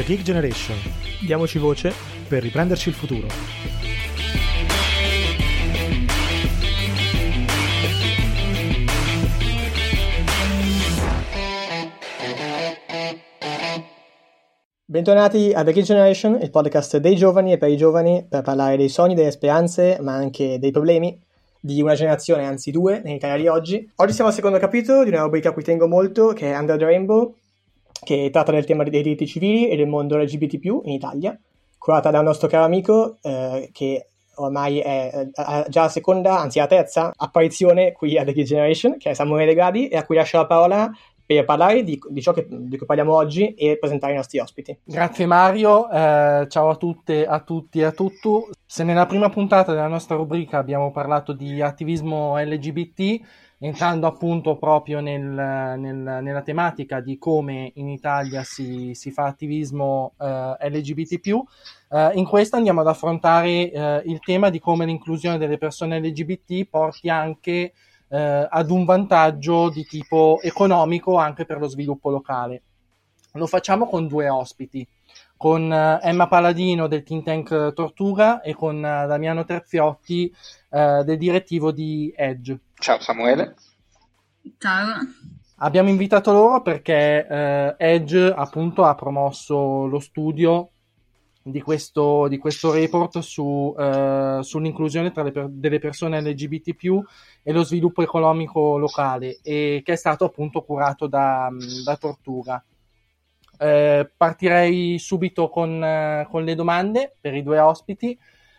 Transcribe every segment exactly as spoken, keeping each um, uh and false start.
Geek Generation. Diamoci voce per riprenderci il futuro. Bentornati a The Geek Generation, il podcast dei giovani e per i giovani, per parlare dei sogni, delle speranze, ma anche dei problemi di una generazione, anzi due, in Italia di oggi. Oggi siamo al secondo capitolo di una rubrica a cui tengo molto, che è Under the Rainbow, che tratta del tema dei diritti civili e del mondo L G B T più in Italia, curata da un nostro caro amico eh, che ormai è eh, già la seconda, anzi la terza apparizione qui a The Geek Generation, che è Samuele De Gradi, e a cui lascio la parola per parlare di, di ciò che, di cui parliamo oggi e presentare i nostri ospiti. Grazie Mario, eh, ciao a tutte, a tutti e a tutto. Se nella prima puntata della nostra rubrica abbiamo parlato di attivismo L G B T, entrando appunto proprio nel, nel, nella tematica di come in Italia si, si fa attivismo eh, L G B T più, eh, in questa andiamo ad affrontare eh, il tema di come l'inclusione delle persone L G B T porti anche eh, ad un vantaggio di tipo economico anche per lo sviluppo locale. Lo facciamo con due ospiti, con uh, Emma Paladino del think tank Tortura e con uh, Damiano Terziotti uh, del direttivo di Edge. Ciao Samuele. Ciao. Abbiamo invitato loro perché uh, Edge appunto ha promosso lo studio di questo, di questo report su, uh, sull'inclusione tra le per- delle persone L G B T più e lo sviluppo economico locale, e che è stato appunto curato da, da Tortura. Eh, partirei subito con, eh, con le domande per i due ospiti.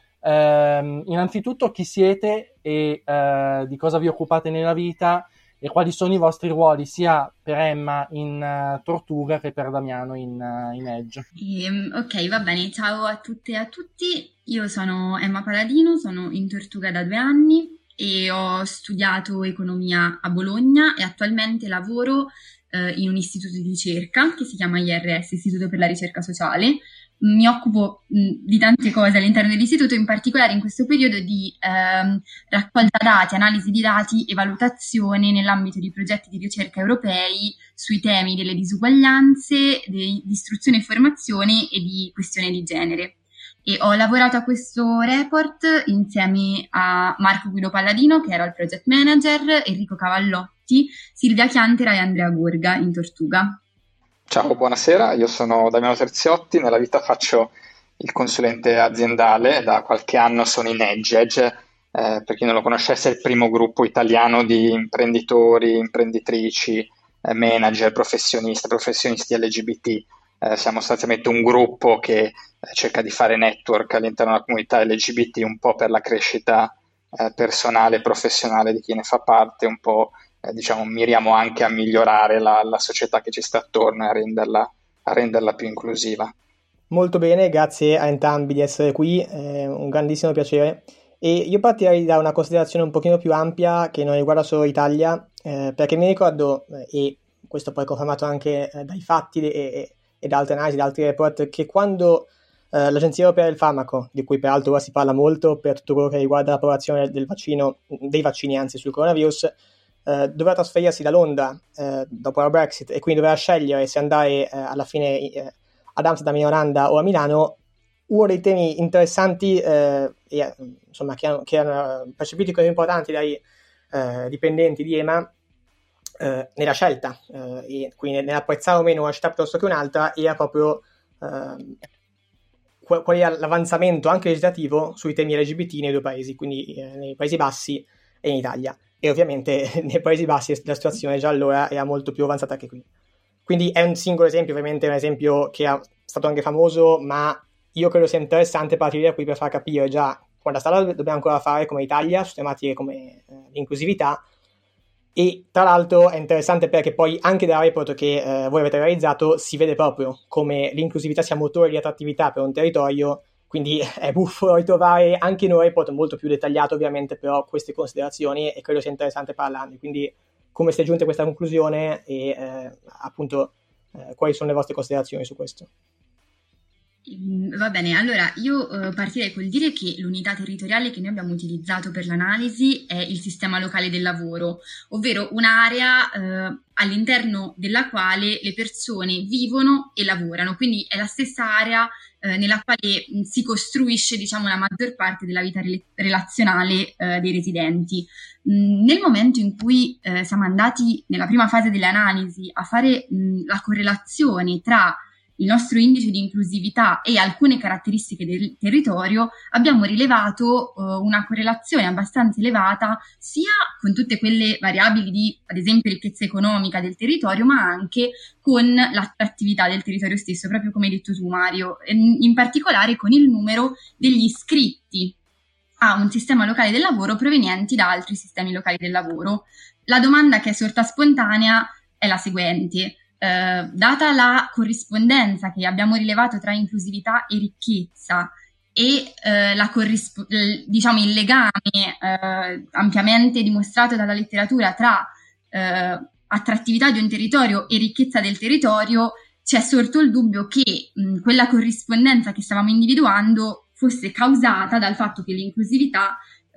Eh, innanzitutto, chi siete e eh, di cosa vi occupate nella vita e quali sono i vostri ruoli sia per Emma in uh, Tortura che per Damiano in, uh, in Edge? Ehm, ok, va bene, ciao a tutte e a tutti. Io sono Emma Paladino, sono in Tortura da due anni e ho studiato economia a Bologna e attualmente lavoro in un istituto di ricerca che si chiama I R S, Istituto per la Ricerca Sociale. Mi occupo mh, di tante cose all'interno dell'istituto, in particolare in questo periodo di ehm, raccolta dati, analisi di dati e valutazione nell'ambito di progetti di ricerca europei sui temi delle disuguaglianze, di istruzione e formazione e di questione di genere. E ho lavorato a questo report insieme a Marco Guido Palladino, che era il project manager, Enrico Cavallotti, Silvia Chiantera e Andrea Gorga in Tortuga. Ciao, buonasera, io sono Damiano Terziotti, nella vita faccio il consulente aziendale, da qualche anno sono in Edge. Edge, eh, per chi non lo conoscesse, è il primo gruppo italiano di imprenditori, imprenditrici, eh, manager, professionisti, professionisti L G B T. Eh, siamo sostanzialmente un gruppo che eh, cerca di fare network all'interno della comunità L G B T, un po' per la crescita eh, personale e professionale di chi ne fa parte, un po' eh, diciamo miriamo anche a migliorare la, la società che ci sta attorno e a renderla, a renderla più inclusiva. Molto bene, grazie a entrambi di essere qui, è un grandissimo piacere. E io partirei da una considerazione un pochino più ampia che non riguarda solo l'Italia, eh, perché mi ricordo, eh, e questo poi è confermato anche eh, dai fatti e, e e da altre analisi, da altri report, che quando eh, l'Agenzia Europea del Farmaco, di cui peraltro ora si parla molto per tutto quello che riguarda l'approvazione del vaccino, dei vaccini anzi sul coronavirus, eh, doveva trasferirsi da Londra eh, dopo la Brexit, e quindi doveva scegliere se andare eh, alla fine eh, ad Amsterdam in Olanda o a Milano. Uno dei temi interessanti eh, e, insomma, che hanno, che hanno percepito come importanti dai eh, dipendenti di EMA Uh, nella scelta uh, e quindi nell'apprezzare o meno una città piuttosto che un'altra era proprio uh, qual, qual era l'avanzamento anche legislativo sui temi L G B T nei due paesi, quindi eh, nei Paesi Bassi e in Italia, e ovviamente nei Paesi Bassi la situazione già allora era molto più avanzata che qui. Quindi è un singolo esempio, ovviamente è un esempio che è stato anche famoso, ma io credo sia interessante partire da qui per far capire già quanta strada dobbiamo ancora fare come Italia su tematiche come eh, l'inclusività. E tra l'altro è interessante perché poi anche dal report che eh, voi avete realizzato si vede proprio come l'inclusività sia motore di attrattività per un territorio, quindi è buffo ritrovare anche in un report molto più dettagliato ovviamente però queste considerazioni, e credo sia interessante parlarne. Quindi come siete giunti a questa conclusione e eh, appunto eh, quali sono le vostre considerazioni su questo? Mm, Va bene, allora io eh, partirei col dire che l'unità territoriale che noi abbiamo utilizzato per l'analisi è il sistema locale del lavoro, ovvero un'area eh, all'interno della quale le persone vivono e lavorano, quindi è la stessa area eh, nella quale mh, si costruisce, diciamo, la maggior parte della vita rela- relazionale eh, dei residenti. Mh, Nel momento in cui eh, siamo andati nella prima fase dell'analisi a fare mh, la correlazione tra il nostro indice di inclusività e alcune caratteristiche del territorio, abbiamo rilevato uh, una correlazione abbastanza elevata sia con tutte quelle variabili di, ad esempio, ricchezza economica del territorio, ma anche con l'attrattività del territorio stesso, proprio come hai detto tu, Mario, in particolare con il numero degli iscritti a un sistema locale del lavoro provenienti da altri sistemi locali del lavoro. La domanda che è sorta spontanea è la seguente. Uh, data la corrispondenza che abbiamo rilevato tra inclusività e ricchezza e uh, la corrisp- l- diciamo il legame uh, ampiamente dimostrato dalla letteratura tra uh, attrattività di un territorio e ricchezza del territorio, c'è sorto il dubbio che mh, quella corrispondenza che stavamo individuando fosse causata dal fatto che l'inclusività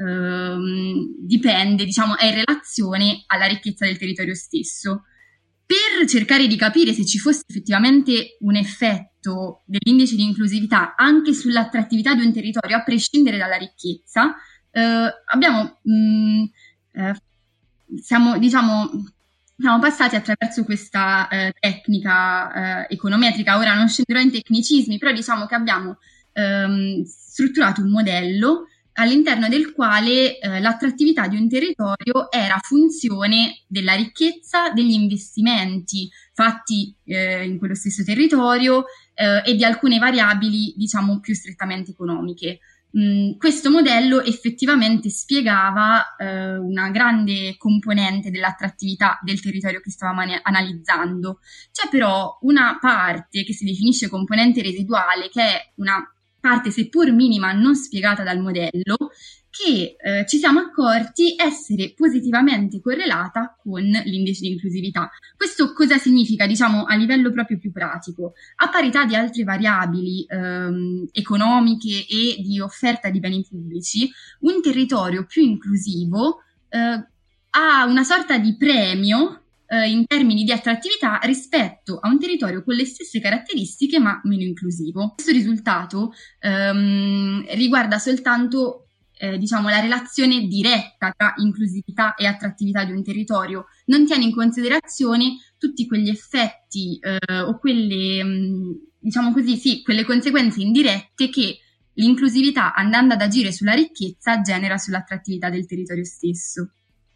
uh, dipende, diciamo, è in relazione alla ricchezza del territorio stesso. Per cercare di capire se ci fosse effettivamente un effetto dell'indice di inclusività anche sull'attrattività di un territorio, a prescindere dalla ricchezza, eh, abbiamo, mh, eh, siamo, diciamo, siamo passati attraverso questa eh, tecnica eh, econometrica. Ora non scenderò in tecnicismi, però diciamo che abbiamo ehm, strutturato un modello all'interno del quale eh, l'attrattività di un territorio era funzione della ricchezza degli investimenti fatti eh, in quello stesso territorio eh, e di alcune variabili, diciamo, più strettamente economiche. Mm, questo modello effettivamente spiegava eh, una grande componente dell'attrattività del territorio che stavamo an- analizzando. C'è però una parte che si definisce componente residuale, che è una parte seppur minima non spiegata dal modello, che eh, ci siamo accorti essere positivamente correlata con l'indice di inclusività. Questo cosa significa, diciamo, a livello proprio più pratico? A parità di altre variabili ehm, economiche e di offerta di beni pubblici, un territorio più inclusivo eh, ha una sorta di premio in termini di attrattività rispetto a un territorio con le stesse caratteristiche ma meno inclusivo. Questo risultato ehm, riguarda soltanto eh, diciamo, la relazione diretta tra inclusività e attrattività di un territorio, non tiene in considerazione tutti quegli effetti eh, o quelle, mh, diciamo così, sì, quelle conseguenze indirette che l'inclusività, andando ad agire sulla ricchezza, genera sull'attrattività del territorio stesso.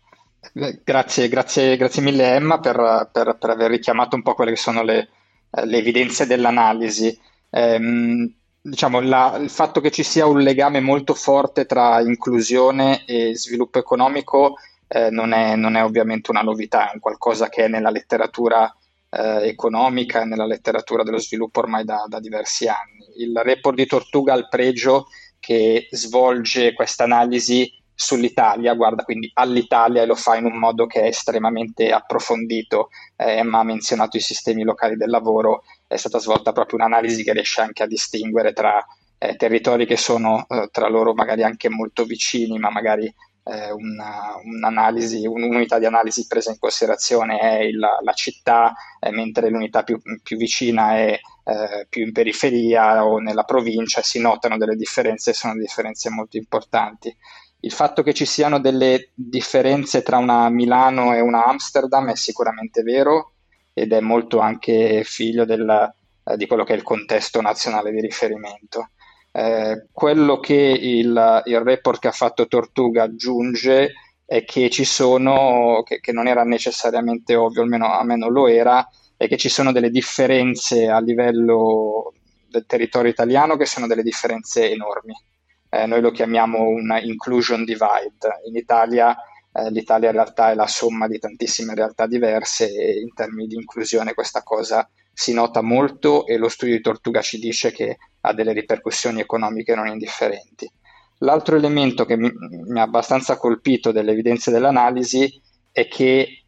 Grazie, grazie, grazie mille Emma per, per- per aver richiamato un po' quelle che sono le, eh, le evidenze dell'analisi. Ehm, diciamo, la- il fatto che ci sia un legame molto forte tra inclusione e sviluppo economico eh, non è, non è ovviamente una novità, è un qualcosa che è nella letteratura eh, economica e nella letteratura dello sviluppo ormai da, da diversi anni. Il report di Tortuga ha il pregio che svolge questa analisi sull'Italia, guarda quindi all'Italia e lo fa in un modo che è estremamente approfondito. Eh, Emma ha menzionato i sistemi locali del lavoro, è stata svolta proprio un'analisi che riesce anche a distinguere tra eh, territori che sono eh, tra loro magari anche molto vicini, ma magari eh, una, un'analisi, un'unità di analisi presa in considerazione è il- la città, eh, mentre l'unità più, più vicina è eh, più in periferia o nella provincia, si notano delle differenze, sono differenze molto importanti. Il fatto che ci siano delle differenze tra una Milano e una Amsterdam è sicuramente vero ed è molto anche figlio del- eh, di quello che è il contesto nazionale di riferimento. Eh, quello che il, il report che ha fatto Tortuga aggiunge è che ci sono, che, che non era necessariamente ovvio, almeno a me non lo era, è che ci sono delle differenze a livello del territorio italiano che sono delle differenze enormi. Eh, noi lo chiamiamo un inclusion divide. In Italia, eh, l'Italia in realtà è la somma di tantissime realtà diverse e in termini di inclusione questa cosa si nota molto e lo studio di Tortuga ci dice che ha delle ripercussioni economiche non indifferenti. L'altro elemento che mi, mi ha abbastanza colpito delle evidenze dell'analisi è che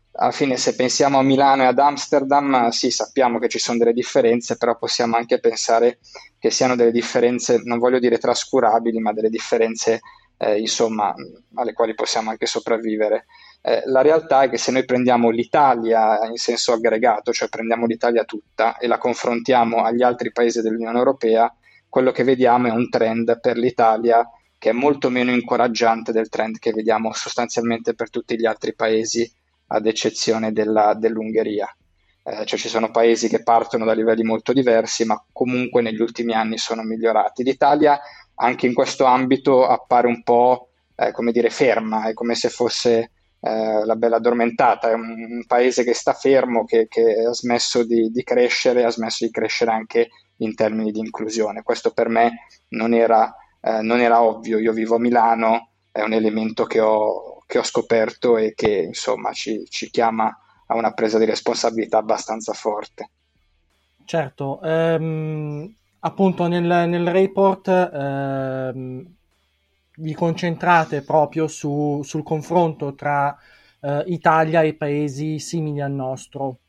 alla fine se pensiamo a Milano e ad Amsterdam, sì, sappiamo che ci sono delle differenze, però possiamo anche pensare che siano delle differenze, non voglio dire trascurabili, ma delle differenze, eh, insomma, alle quali possiamo anche sopravvivere. Eh, la realtà è che se noi prendiamo l'Italia in senso aggregato, cioè prendiamo l'Italia tutta e la confrontiamo agli altri paesi dell'Unione Europea, quello che vediamo è un trend per l'Italia che è molto meno incoraggiante del trend che vediamo sostanzialmente per tutti gli altri paesi, ad eccezione della, dell'Ungheria. Eh, cioè ci sono paesi che partono da livelli molto diversi, ma comunque negli ultimi anni sono migliorati. L'Italia anche in questo ambito appare un po', eh, come dire, ferma, è come se fosse eh, la bella addormentata, è un, un paese che sta fermo, che, che ha smesso di, di crescere, ha smesso di crescere anche in termini di inclusione. Questo per me non era, eh, non era ovvio. Io vivo a Milano, è un elemento che ho, che ho scoperto e che insomma ci, ci chiama a una presa di responsabilità abbastanza forte. Certo, ehm, appunto nel, nel report ehm, vi concentrate proprio su, sul confronto tra eh, Italia e paesi simili al nostro.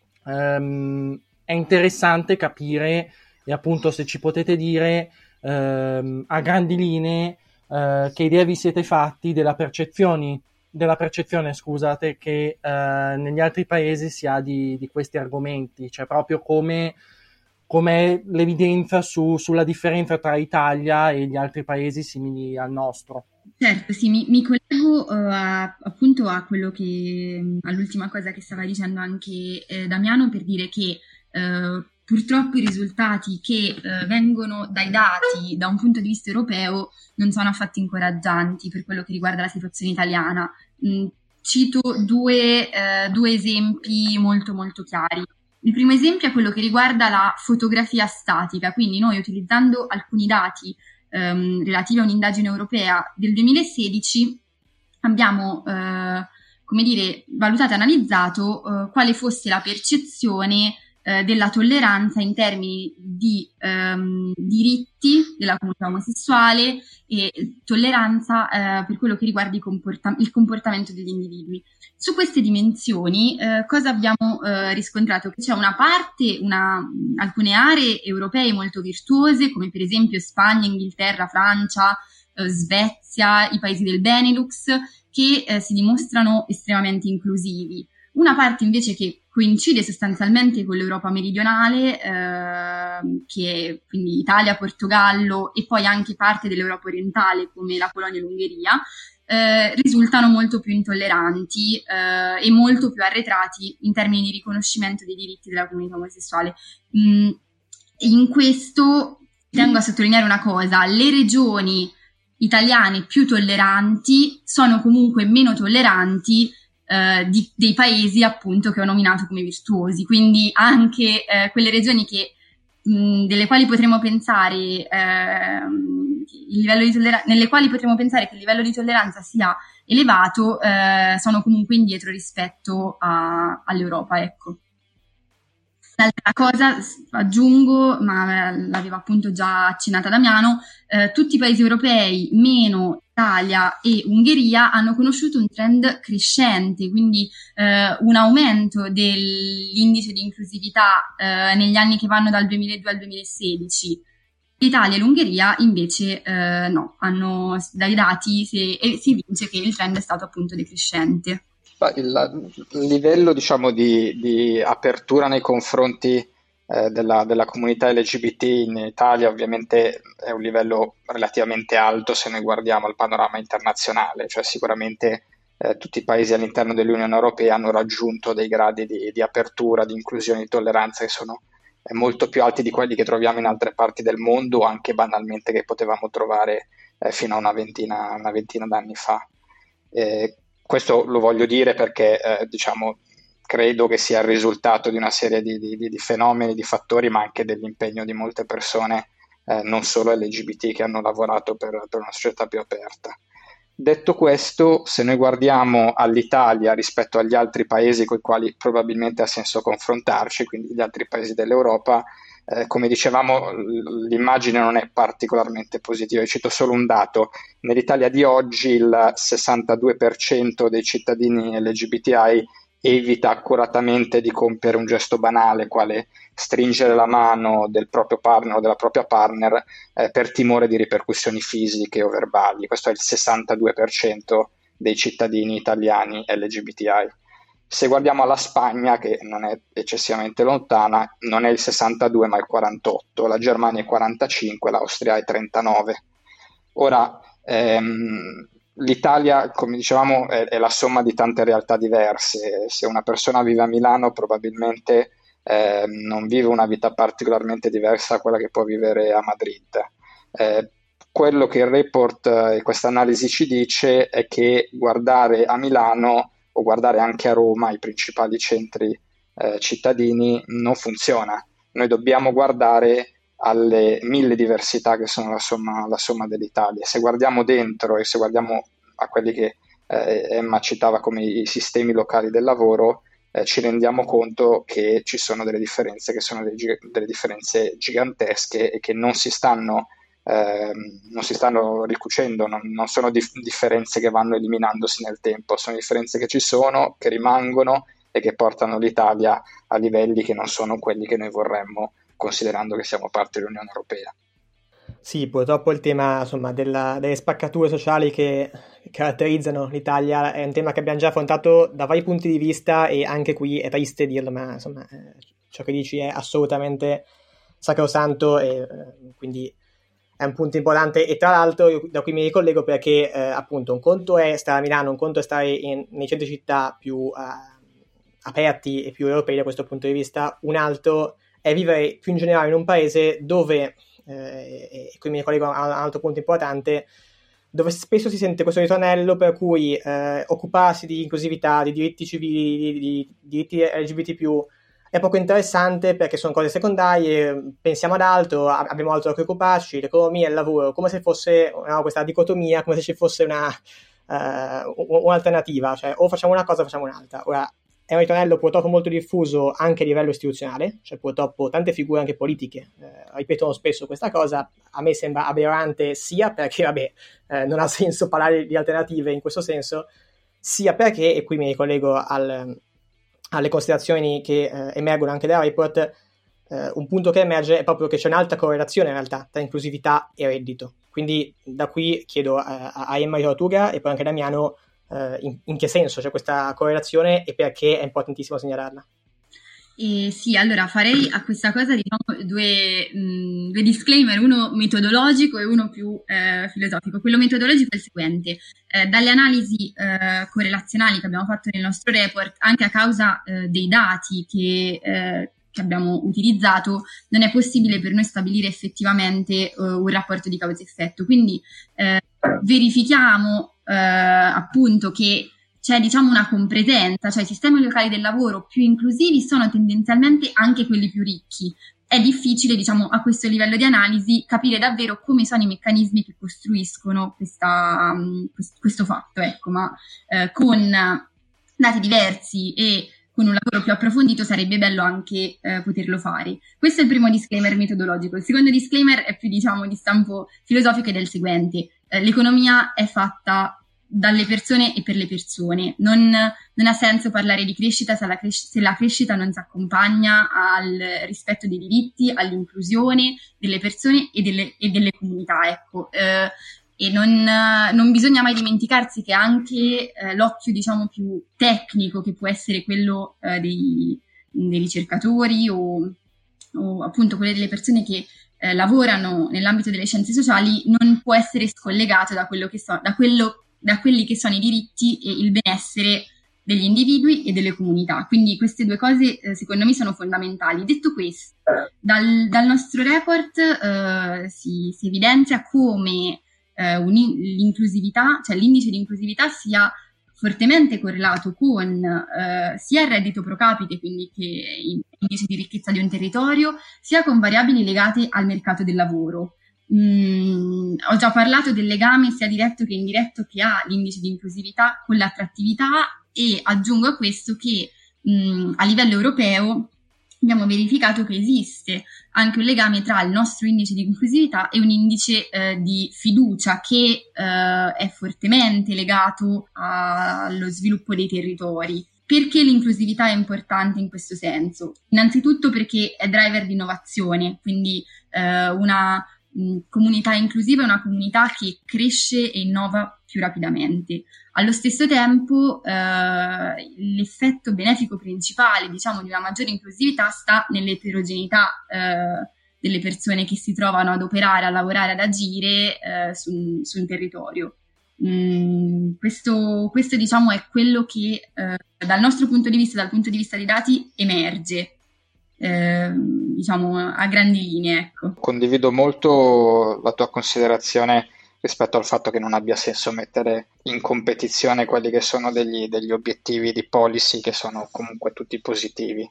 Ehm, è interessante capire, e appunto se ci potete dire ehm, a grandi linee eh, che idea vi siete fatti della percezione, della percezione scusate, che eh, negli altri paesi si ha di, di questi argomenti, cioè proprio come come l'evidenza su, sulla differenza tra Italia e gli altri paesi simili al nostro. Certo, sì, mi, mi collego uh, a, appunto a quello che, all'ultima cosa che stava dicendo anche eh, Damiano, per dire che uh, purtroppo i risultati che uh, vengono dai dati da un punto di vista europeo non sono affatto incoraggianti per quello che riguarda la situazione italiana. Mm, cito due, uh, due esempi molto molto chiari. Il primo esempio è quello che riguarda la fotografia statica, quindi noi utilizzando alcuni dati ehm, relativi a un'indagine europea del duemilasedici abbiamo eh, come dire, valutato e analizzato eh, quale fosse la percezione eh, della tolleranza in termini di ehm, diritti della comunità omosessuale e tolleranza eh, per quello che riguarda i comporta- il comportamento degli individui. Su queste dimensioni eh, cosa abbiamo eh, riscontrato? Che c'è una parte, una, alcune aree europee molto virtuose, come per esempio Spagna, Inghilterra, Francia, eh, Svezia, i paesi del Benelux, che eh, si dimostrano estremamente inclusivi. Una parte invece che coincide sostanzialmente con l'Europa meridionale, eh, che è quindi Italia, Portogallo e poi anche parte dell'Europa orientale come la Polonia e l'Ungheria, eh, risultano molto più intolleranti eh, e molto più arretrati in termini di riconoscimento dei diritti della comunità omosessuale. Mm, in questo tengo a sottolineare una cosa: le regioni italiane più tolleranti sono comunque meno tolleranti eh, di, dei paesi appunto che ho nominato come virtuosi, quindi anche eh, quelle regioni che, mh, delle quali potremmo pensare eh, il livello di tollera- nelle quali potremmo pensare che il livello di tolleranza sia elevato eh, sono comunque indietro rispetto a, all'Europa, ecco. Un'altra cosa aggiungo, ma l'aveva appunto già accennata Damiano, eh, tutti i paesi europei, meno Italia e Ungheria, hanno conosciuto un trend crescente, quindi eh, un aumento dell'indice di inclusività eh, negli anni che vanno dal duemiladue al duemilasedici. L'Italia e l'Ungheria invece eh, no, hanno, dai dati si, e si evince che il trend è stato appunto decrescente. Il, il livello, diciamo, di, di apertura nei confronti eh, della, della comunità L G B T in Italia ovviamente è un livello relativamente alto se noi guardiamo il panorama internazionale, cioè sicuramente eh, tutti i paesi all'interno dell'Unione Europea hanno raggiunto dei gradi di, di apertura, di inclusione, di tolleranza che sono eh, molto più alti di quelli che troviamo in altre parti del mondo, o anche banalmente che potevamo trovare eh, fino a una ventina, una ventina d'anni fa. Eh, Questo lo voglio dire perché eh, diciamo, credo che sia il risultato di una serie di, di, di fenomeni, di fattori, ma anche dell'impegno di molte persone, eh, non solo L G B T, che hanno lavorato per, per una società più aperta. Detto questo, se noi guardiamo all'Italia rispetto agli altri paesi con i quali probabilmente ha senso confrontarci, quindi gli altri paesi dell'Europa, Eh, come dicevamo, l'immagine non è particolarmente positiva. Io cito solo un dato: nell'Italia di oggi il sessantadue per cento dei cittadini L G B T I evita accuratamente di compiere un gesto banale, quale stringere la mano del proprio partner o della propria partner eh, per timore di ripercussioni fisiche o verbali. Questo è il sessantadue per cento dei cittadini italiani L G B T I. Se guardiamo alla Spagna, che non è eccessivamente lontana, non è il sessantadue ma il quarantotto, la Germania è quarantacinque, l'Austria è trentanove. Ora, ehm, l'Italia, come dicevamo, è, è la somma di tante realtà diverse. Se una persona vive a Milano, probabilmente eh, non vive una vita particolarmente diversa da quella che può vivere a Madrid. Eh, quello che il report e questa analisi ci dice è che guardare a Milano o guardare anche a Roma, i principali centri eh, cittadini, non funziona. Noi dobbiamo guardare alle mille diversità che sono la somma, la somma dell'Italia. Se guardiamo dentro e se guardiamo a quelli che eh, Emma citava come i sistemi locali del lavoro, eh, ci rendiamo conto che ci sono delle differenze che sono delle, delle differenze gigantesche e che non si stanno eh, non si stanno ricucendo, non, non sono dif- differenze che vanno eliminandosi nel tempo, sono differenze che ci sono, che rimangono e che portano l'Italia a livelli che non sono quelli che noi vorremmo, considerando che siamo parte dell'Unione Europea. Sì, purtroppo il tema, insomma, della, delle spaccature sociali che caratterizzano l'Italia è un tema che abbiamo già affrontato da vari punti di vista e anche qui è triste dirlo, ma insomma eh, ciò che dici è assolutamente sacrosanto e eh, quindi è un punto importante. E tra l'altro io da qui mi ricollego perché eh, appunto un conto è stare a Milano, un conto è stare in, nei centri città più eh, aperti e più europei da questo punto di vista, un altro è vivere più in generale in un paese dove, eh, e qui mi ricollego a un altro punto importante, dove spesso si sente questo ritornello per cui eh, occuparsi di inclusività, di diritti civili, di, di diritti L G B T più, è poco interessante perché sono cose secondarie, pensiamo ad altro, abbiamo altro da preoccuparci, l'economia, il lavoro, come se fosse no, questa dicotomia, come se ci fosse una uh, un'alternativa, cioè o facciamo una cosa o facciamo un'altra. Ora, è un ritornello purtroppo molto diffuso anche a livello istituzionale, cioè purtroppo tante figure anche politiche eh, ripetono spesso questa cosa. A me sembra aberrante sia perché vabbè eh, non ha senso parlare di alternative in questo senso, sia perché, e qui mi ricollego al, alle considerazioni che eh, emergono anche dal report, eh, un punto che emerge è proprio che c'è un'alta correlazione in realtà tra inclusività e reddito. Quindi da qui chiedo a, a Emma Tortuga e poi anche a Damiano Uh, in, in che senso c'è questa correlazione e perché è importantissimo segnalarla. Eh, sì, allora farei a questa cosa diciamo due, mh, due disclaimer, uno metodologico e uno più eh, filosofico. Quello metodologico è il seguente: eh, dalle analisi eh, correlazionali che abbiamo fatto nel nostro report, anche a causa eh, dei dati che, eh, che abbiamo utilizzato, non è possibile per noi stabilire effettivamente uh, un rapporto di causa-effetto. Quindi eh, verifichiamo Uh, appunto che c'è diciamo una compresenza, cioè i sistemi locali del lavoro più inclusivi sono tendenzialmente anche quelli più ricchi. È difficile diciamo a questo livello di analisi capire davvero come sono i meccanismi che costruiscono questa, um, quest- questo fatto, ecco, ma uh, con dati diversi e con un lavoro più approfondito sarebbe bello anche uh, poterlo fare. Questo è il primo disclaimer metodologico. Il secondo disclaimer è più diciamo di stampo filosofico ed è il seguente: l'economia è fatta dalle persone e per le persone. Non, non ha senso parlare di crescita se la, cres- se la crescita non si accompagna al rispetto dei diritti, all'inclusione delle persone e delle, e delle comunità. Ecco. Eh, e non, non bisogna mai dimenticarsi che anche eh, l'occhio diciamo più tecnico, che può essere quello eh, dei, dei ricercatori o, o appunto quelle delle persone che Eh, lavorano nell'ambito delle scienze sociali, non può essere scollegato da quello che so, da quello, da quelli che sono i diritti e il benessere degli individui e delle comunità. Quindi queste due cose eh, secondo me sono fondamentali. Detto questo, dal, dal nostro report eh, si, si evidenzia come eh, l'inclusività, cioè l'indice di inclusività sia fortemente correlato con eh, sia il reddito pro capite, quindi che indice di ricchezza di un territorio, sia con variabili legate al mercato del lavoro. Mm, ho già parlato del legame sia diretto che indiretto che ha l'indice di inclusività con l'attrattività e aggiungo a questo che mm, a livello europeo abbiamo verificato che esiste anche un legame tra il nostro indice di inclusività e un indice eh, di fiducia che eh, è fortemente legato a, allo sviluppo dei territori. Perché l'inclusività è importante in questo senso? Innanzitutto perché è driver di innovazione, quindi eh, una mh, comunità inclusiva è una comunità che cresce e innova più rapidamente. Allo stesso tempo eh, l'effetto benefico principale, diciamo, di una maggiore inclusività sta nell'eterogeneità eh, delle persone che si trovano ad operare, a lavorare, ad agire eh, su, su un territorio. Mm, questo, questo diciamo è quello che eh, dal nostro punto di vista, dal punto di vista dei dati, emerge eh, diciamo a grandi linee, ecco. Condivido molto la tua considerazione rispetto al fatto che non abbia senso mettere in competizione quelli che sono degli, degli obiettivi di policy che sono comunque tutti positivi.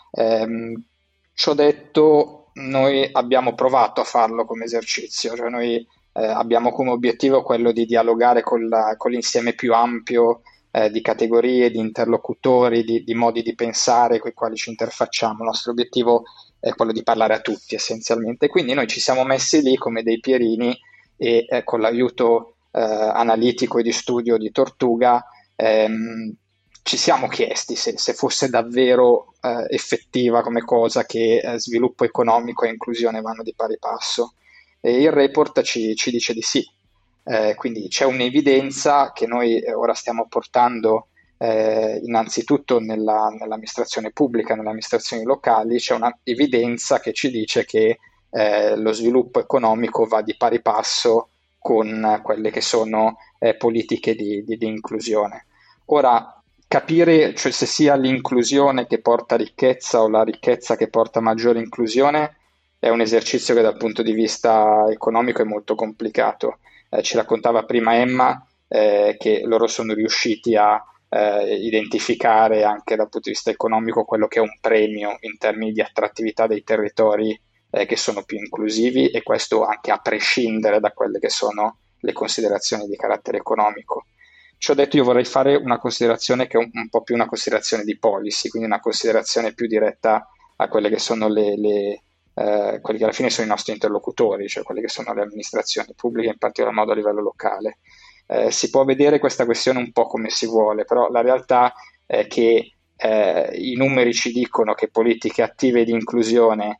Ehm, ciò detto, noi abbiamo provato a farlo come esercizio, cioè noi Eh, abbiamo come obiettivo quello di dialogare con, la, con l'insieme più ampio eh, di categorie, di interlocutori, di, di modi di pensare con i quali ci interfacciamo. Il nostro obiettivo è quello di parlare a tutti essenzialmente. Quindi noi ci siamo messi lì come dei pierini e eh, con l'aiuto eh, analitico e di studio di Tortuga ehm, ci siamo chiesti se, se fosse davvero eh, effettiva come cosa che eh, sviluppo economico e inclusione vanno di pari passo. E il report ci, ci dice di sì, eh, quindi c'è un'evidenza che noi ora stiamo portando eh, innanzitutto nella, nell'amministrazione pubblica, nelle amministrazioni locali, c'è un'evidenza che ci dice che eh, lo sviluppo economico va di pari passo con quelle che sono eh, politiche di, di, di inclusione. Ora, capire cioè, se sia l'inclusione che porta ricchezza o la ricchezza che porta maggiore inclusione è un esercizio che dal punto di vista economico è molto complicato. Eh, ci raccontava prima Emma eh, che loro sono riusciti a eh, identificare anche dal punto di vista economico quello che è un premio in termini di attrattività dei territori eh, che sono più inclusivi, e questo anche a prescindere da quelle che sono le considerazioni di carattere economico. Ciò detto, io vorrei fare una considerazione che è un, un po' più una considerazione di policy, quindi una considerazione più diretta a quelle che sono le, le Eh, quelli che alla fine sono i nostri interlocutori, cioè quelle che sono le amministrazioni pubbliche, in particolar modo a livello locale. Eh, si può vedere questa questione un po' come si vuole, però la realtà è che eh, i numeri ci dicono che politiche attive di inclusione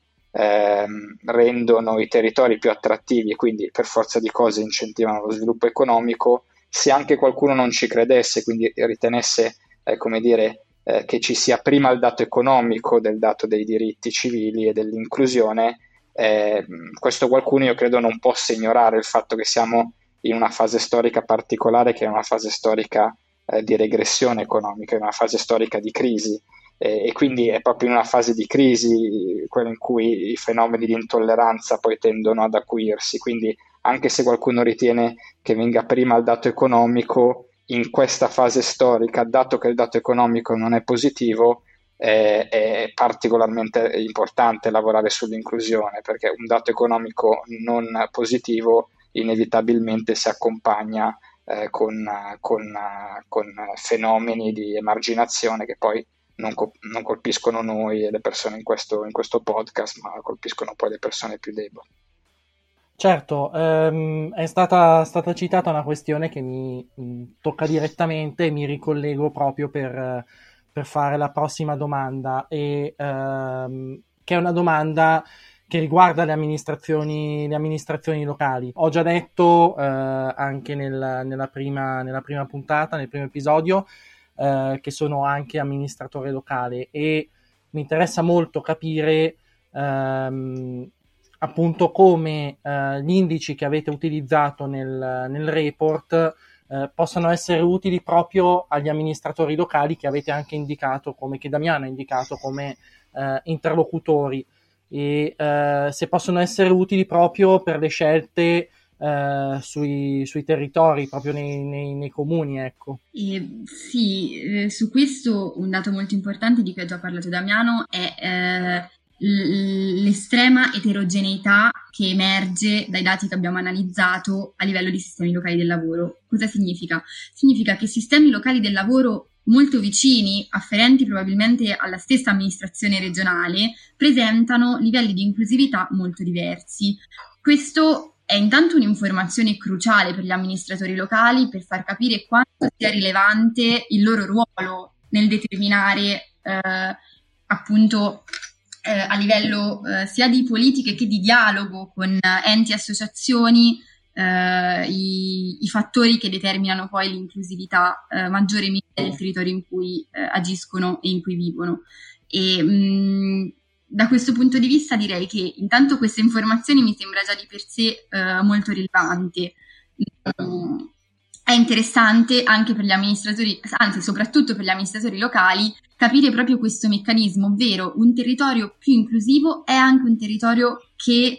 ehm, rendono i territori più attrattivi e quindi per forza di cose incentivano lo sviluppo economico. Se anche qualcuno non ci credesse, quindi ritenesse, eh, come dire, Eh, che ci sia prima il dato economico del dato dei diritti civili e dell'inclusione, eh, questo qualcuno io credo non possa ignorare il fatto che siamo in una fase storica particolare, che è una fase storica eh, di regressione economica, è una fase storica di crisi, eh, e quindi è proprio in una fase di crisi quella in cui i fenomeni di intolleranza poi tendono ad acuirsi, quindi anche se qualcuno ritiene che venga prima il dato economico, in questa fase storica, dato che il dato economico non è positivo, è, è particolarmente importante lavorare sull'inclusione, perché un dato economico non positivo inevitabilmente si accompagna eh, con, con, con fenomeni di emarginazione che poi non, co- non colpiscono noi e le persone in questo, in questo podcast, ma colpiscono poi le persone più deboli. Certo, ehm, è stata, stata citata una questione che mi mh, tocca direttamente e mi ricollego proprio per, per fare la prossima domanda, e, ehm, che è una domanda che riguarda le amministrazioni, le amministrazioni locali. Ho già detto eh, anche nel, nella, prima, nella prima puntata, nel primo episodio, eh, che sono anche amministratore locale, e mi interessa molto capire ehm, appunto come eh, gli indici che avete utilizzato nel, nel report eh, possano essere utili proprio agli amministratori locali che avete anche indicato, come che Damiano ha indicato come eh, interlocutori, e eh, se possono essere utili proprio per le scelte eh, sui, sui territori, proprio nei, nei, nei comuni, ecco. E sì, eh, su questo un dato molto importante di cui ha già parlato Damiano è eh, l'estrema eterogeneità che emerge dai dati che abbiamo analizzato a livello di sistemi locali del lavoro. Cosa significa? Significa che sistemi locali del lavoro molto vicini, afferenti probabilmente alla stessa amministrazione regionale, presentano livelli di inclusività molto diversi. Questo è intanto un'informazione cruciale per gli amministratori locali per far capire quanto sia rilevante il loro ruolo nel determinare eh, appunto eh, a livello eh, sia di politiche che di dialogo con enti e associazioni eh, i, i fattori che determinano poi l'inclusività eh, maggiore e minore del territorio in cui eh, agiscono e in cui vivono. E mh, da questo punto di vista direi che intanto queste informazioni mi sembra già di per sé eh, molto rilevante. Mm, è interessante anche per gli amministratori, anzi soprattutto per gli amministratori locali, capire proprio questo meccanismo, ovvero un territorio più inclusivo è anche un territorio che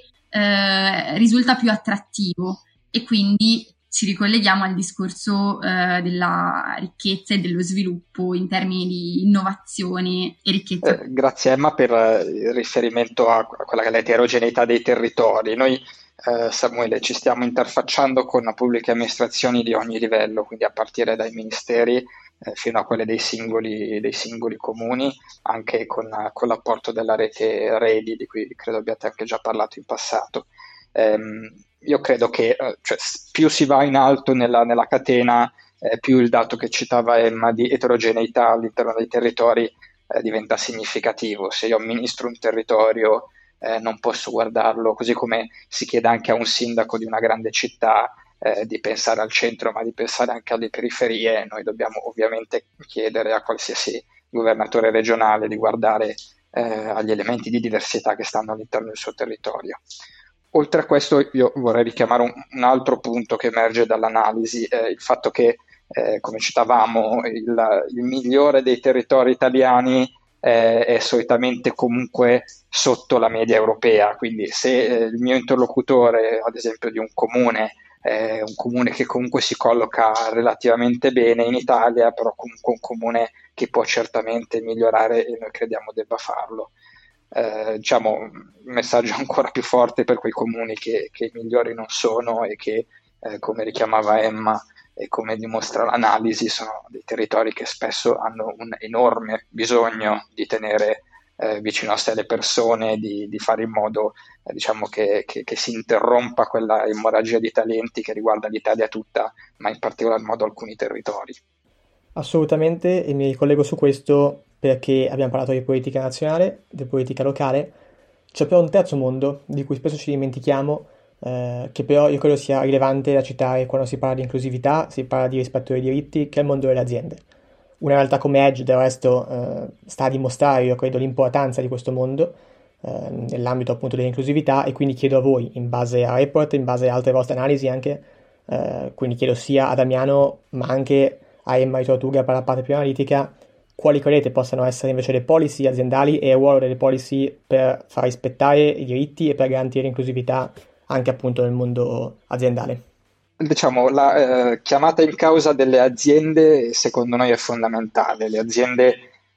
eh, risulta più attrattivo, e quindi ci ricolleghiamo al discorso eh, della ricchezza e dello sviluppo in termini di innovazione e ricchezza. Eh, grazie Emma per eh, il riferimento a, a quella che è l'eterogeneità dei territori. Noi, eh, Samuele, ci stiamo interfacciando con pubbliche amministrazioni di ogni livello, quindi a partire dai ministeri eh, fino a quelle dei singoli, dei singoli comuni, anche con, con l'apporto della rete Redi, di cui credo abbiate anche già parlato in passato. Ehm, io credo che eh, cioè, più si va in alto nella, nella catena, eh, più il dato che citava Emma di eterogeneità all'interno dei territori eh, diventa significativo. Se io amministro un territorio eh, non posso guardarlo, così come si chiede anche a un sindaco di una grande città eh, di pensare al centro, ma di pensare anche alle periferie. Noi dobbiamo ovviamente chiedere a qualsiasi governatore regionale di guardare eh, agli elementi di diversità che stanno all'interno del suo territorio. Oltre a questo, io vorrei richiamare un, un altro punto che emerge dall'analisi, eh, il fatto che, eh, come citavamo, il, il migliore dei territori italiani eh, è solitamente comunque sotto la media europea, quindi se eh, il mio interlocutore, ad esempio di un comune, è un comune che comunque si colloca relativamente bene in Italia, però comunque un comune che può certamente migliorare e noi crediamo debba farlo. Eh, diciamo, un messaggio ancora più forte per quei comuni che, che migliori non sono e che, eh, come richiamava Emma e come dimostra l'analisi, sono dei territori che spesso hanno un enorme bisogno di tenere eh, vicino a sé le persone, di, di fare in modo eh, diciamo che, che, che si interrompa quella emorragia di talenti che riguarda l'Italia tutta, ma in particolar modo alcuni territori. Assolutamente, e mi ricollego su questo perché abbiamo parlato di politica nazionale, di politica locale. C'è però un terzo mondo di cui spesso ci dimentichiamo, eh, che però io credo sia rilevante da citare quando si parla di inclusività, si parla di rispetto dei diritti, che è il mondo delle aziende. Una realtà come Edge, del resto, eh, sta a dimostrare, io credo, l'importanza di questo mondo eh, nell'ambito appunto dell'inclusività, e quindi chiedo a voi, in base a report, in base a altre vostre analisi anche, eh, quindi chiedo sia a Damiano ma anche a Emma di Tortuga per la parte più analitica, quali credete possano essere invece le policy aziendali e il ruolo delle policy per far rispettare i diritti e per garantire l'inclusività anche appunto nel mondo aziendale. Diciamo, la eh, chiamata in causa delle aziende secondo noi è fondamentale. Le aziende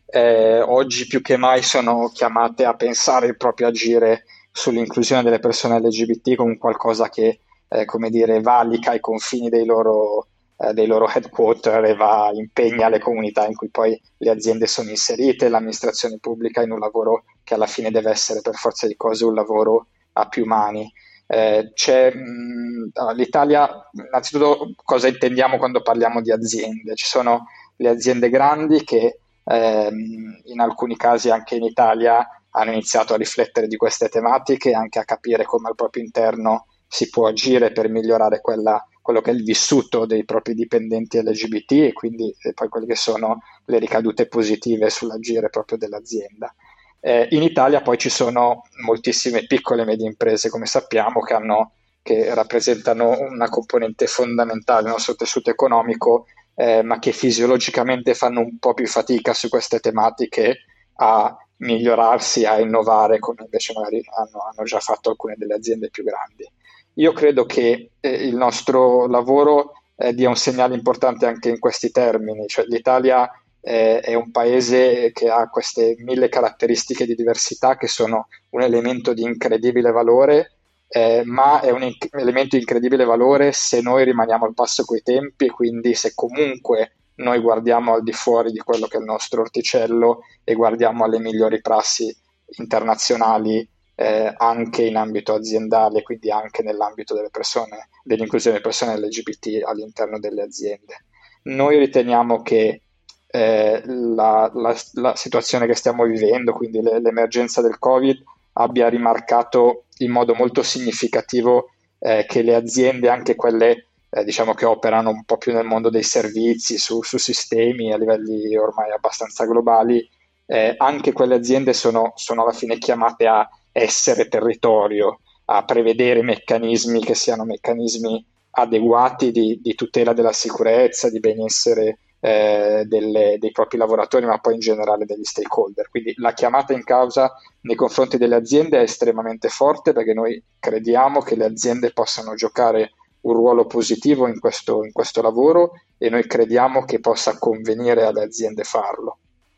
eh, oggi più che mai sono chiamate a pensare il proprio agire sull'inclusione delle persone L G B T come qualcosa che, eh, come dire, valica i confini dei loro eh, dei loro headquarter e va, impegna le comunità in cui poi le aziende sono inserite, l'amministrazione pubblica in un lavoro che alla fine deve essere per forza di cose un lavoro a più mani. Eh, c'è, mh, l'Italia, innanzitutto cosa intendiamo quando parliamo di aziende? Ci sono le aziende grandi che ehm, in alcuni casi anche in Italia hanno iniziato a riflettere di queste tematiche, anche a capire come al proprio interno si può agire per migliorare quella, quello che è il vissuto dei propri dipendenti L G B T e quindi e poi quelle che sono le ricadute positive sull'agire proprio dell'azienda. Eh, in Italia poi ci sono moltissime piccole e medie imprese, come sappiamo, che, hanno, che rappresentano una componente fondamentale del nostro tessuto economico, eh, ma che fisiologicamente fanno un po' più fatica su queste tematiche a migliorarsi, a innovare, come invece magari hanno, hanno già fatto alcune delle aziende più grandi. Io credo che eh, il nostro lavoro eh, dia un segnale importante anche in questi termini, cioè l'Italia eh, è un paese che ha queste mille caratteristiche di diversità che sono un elemento di incredibile valore, eh, ma è un inc- elemento di incredibile valore se noi rimaniamo al passo coi tempi e quindi se comunque noi guardiamo al di fuori di quello che è il nostro orticello e guardiamo alle migliori prassi internazionali eh, anche in ambito aziendale, quindi anche nell'ambito delle persone, dell'inclusione delle persone L G B T all'interno delle aziende. Noi riteniamo che eh, la, la- la situazione che stiamo vivendo, quindi le- l'emergenza del Covid, abbia rimarcato in modo molto significativo eh, che le aziende, anche quelle eh, diciamo che operano un po' più nel mondo dei servizi, su, su sistemi a livelli ormai abbastanza globali, eh, anche quelle aziende sono, sono alla fine chiamate a essere territorio, a prevedere meccanismi che siano meccanismi adeguati di, di tutela della sicurezza, di benessere eh, delle- dei propri lavoratori, ma poi in generale degli stakeholder. Quindi la chiamata in causa nei confronti delle aziende è estremamente forte, perché noi crediamo che le aziende possano giocare un ruolo positivo in questo, in questo lavoro, e noi crediamo che possa convenire alle aziende farlo.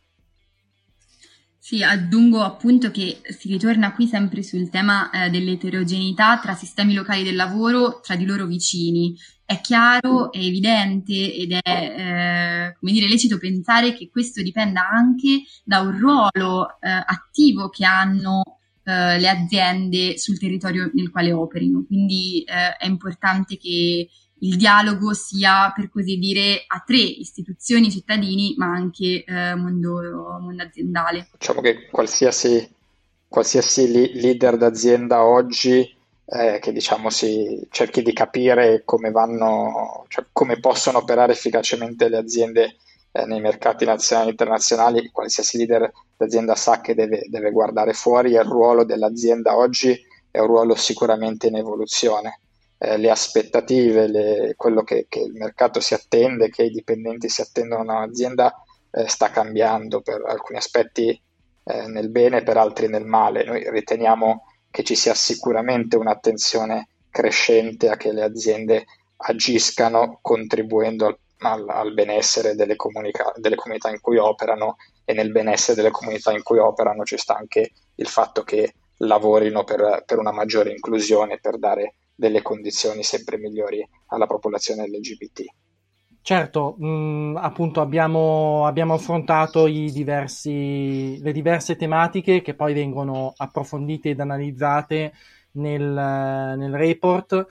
Sì, aggiungo appunto che si ritorna qui sempre sul tema eh, dell'eterogeneità tra sistemi locali del lavoro, tra di loro vicini. È chiaro, è evidente ed è, eh, come dire, lecito pensare che questo dipenda anche da un ruolo eh, attivo che hanno eh, le aziende sul territorio nel quale operino. Quindi eh, è importante che il dialogo sia, per così dire, a tre: istituzioni, cittadini, ma anche eh, mondo, mondo aziendale. Diciamo che qualsiasi, qualsiasi li- leader d'azienda oggi eh, che diciamo si cerchi di capire come vanno, cioè come possono operare efficacemente le aziende eh, nei mercati nazionali e internazionali, qualsiasi leader d'azienda sa che deve, deve guardare fuori, e il ruolo dell'azienda oggi è un ruolo sicuramente in evoluzione. Eh, le aspettative, le- quello che, che il mercato si attende, che i dipendenti si attendono da un'azienda, eh, sta cambiando per alcuni aspetti eh, nel bene, per altri nel male. Noi riteniamo che ci sia sicuramente un'attenzione crescente a che le aziende agiscano contribuendo al, al- al benessere delle, comunica- delle comunità in cui operano, e nel benessere delle comunità in cui operano ci sta anche il fatto che lavorino per, per una maggiore inclusione, per dare delle condizioni sempre migliori alla popolazione L G B T. Certo, mh, appunto abbiamo, abbiamo affrontato i diversi, le diverse tematiche che poi vengono approfondite ed analizzate nel, nel report,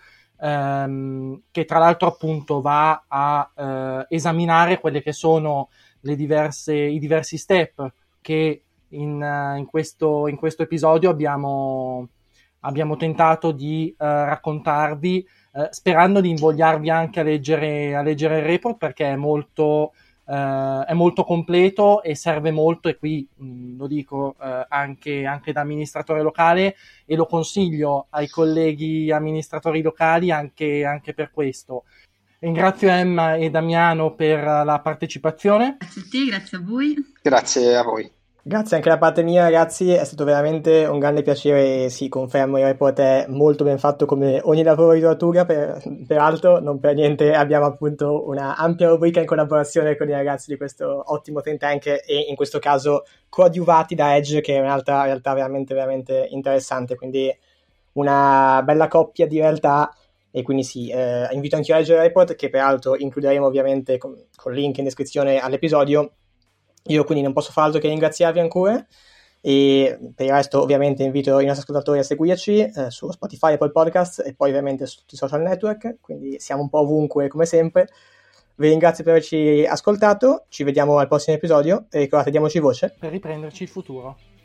ehm, che tra l'altro appunto va a eh, esaminare quelle che sono le diverse, i diversi step che in, eh, in questo, in questo episodio abbiamo, abbiamo tentato di eh, raccontarvi, eh, sperando di invogliarvi anche a leggere, a leggere il report, perché è molto, eh, è molto completo e serve molto, e qui mh, lo dico eh, anche, anche da amministratore locale, e lo consiglio ai colleghi amministratori locali anche, anche per questo. Ringrazio Emma e Damiano per la partecipazione. Grazie a te, grazie a voi. Grazie a voi. Grazie anche da parte mia, ragazzi, è stato veramente un grande piacere. Sì, confermo, il report è molto ben fatto come ogni lavoro di tortura, per, peraltro non per niente abbiamo appunto una ampia rubrica in collaborazione con i ragazzi di questo ottimo think tank, e in questo caso coadiuvati da Edge, che è un'altra realtà veramente veramente interessante, quindi una bella coppia di realtà. E quindi sì, eh, invito anche io a leggere il report, che peraltro includeremo ovviamente con, con link in descrizione all'episodio. Io quindi non posso fare altro che ringraziarvi ancora, e per il resto ovviamente invito i nostri ascoltatori a seguirci eh, su Spotify, Apple Podcast, e poi ovviamente su tutti i social network, quindi siamo un po' ovunque come sempre. Vi ringrazio per averci ascoltato, ci vediamo al prossimo episodio, e ricordate, diamoci voce Per riprenderci il futuro.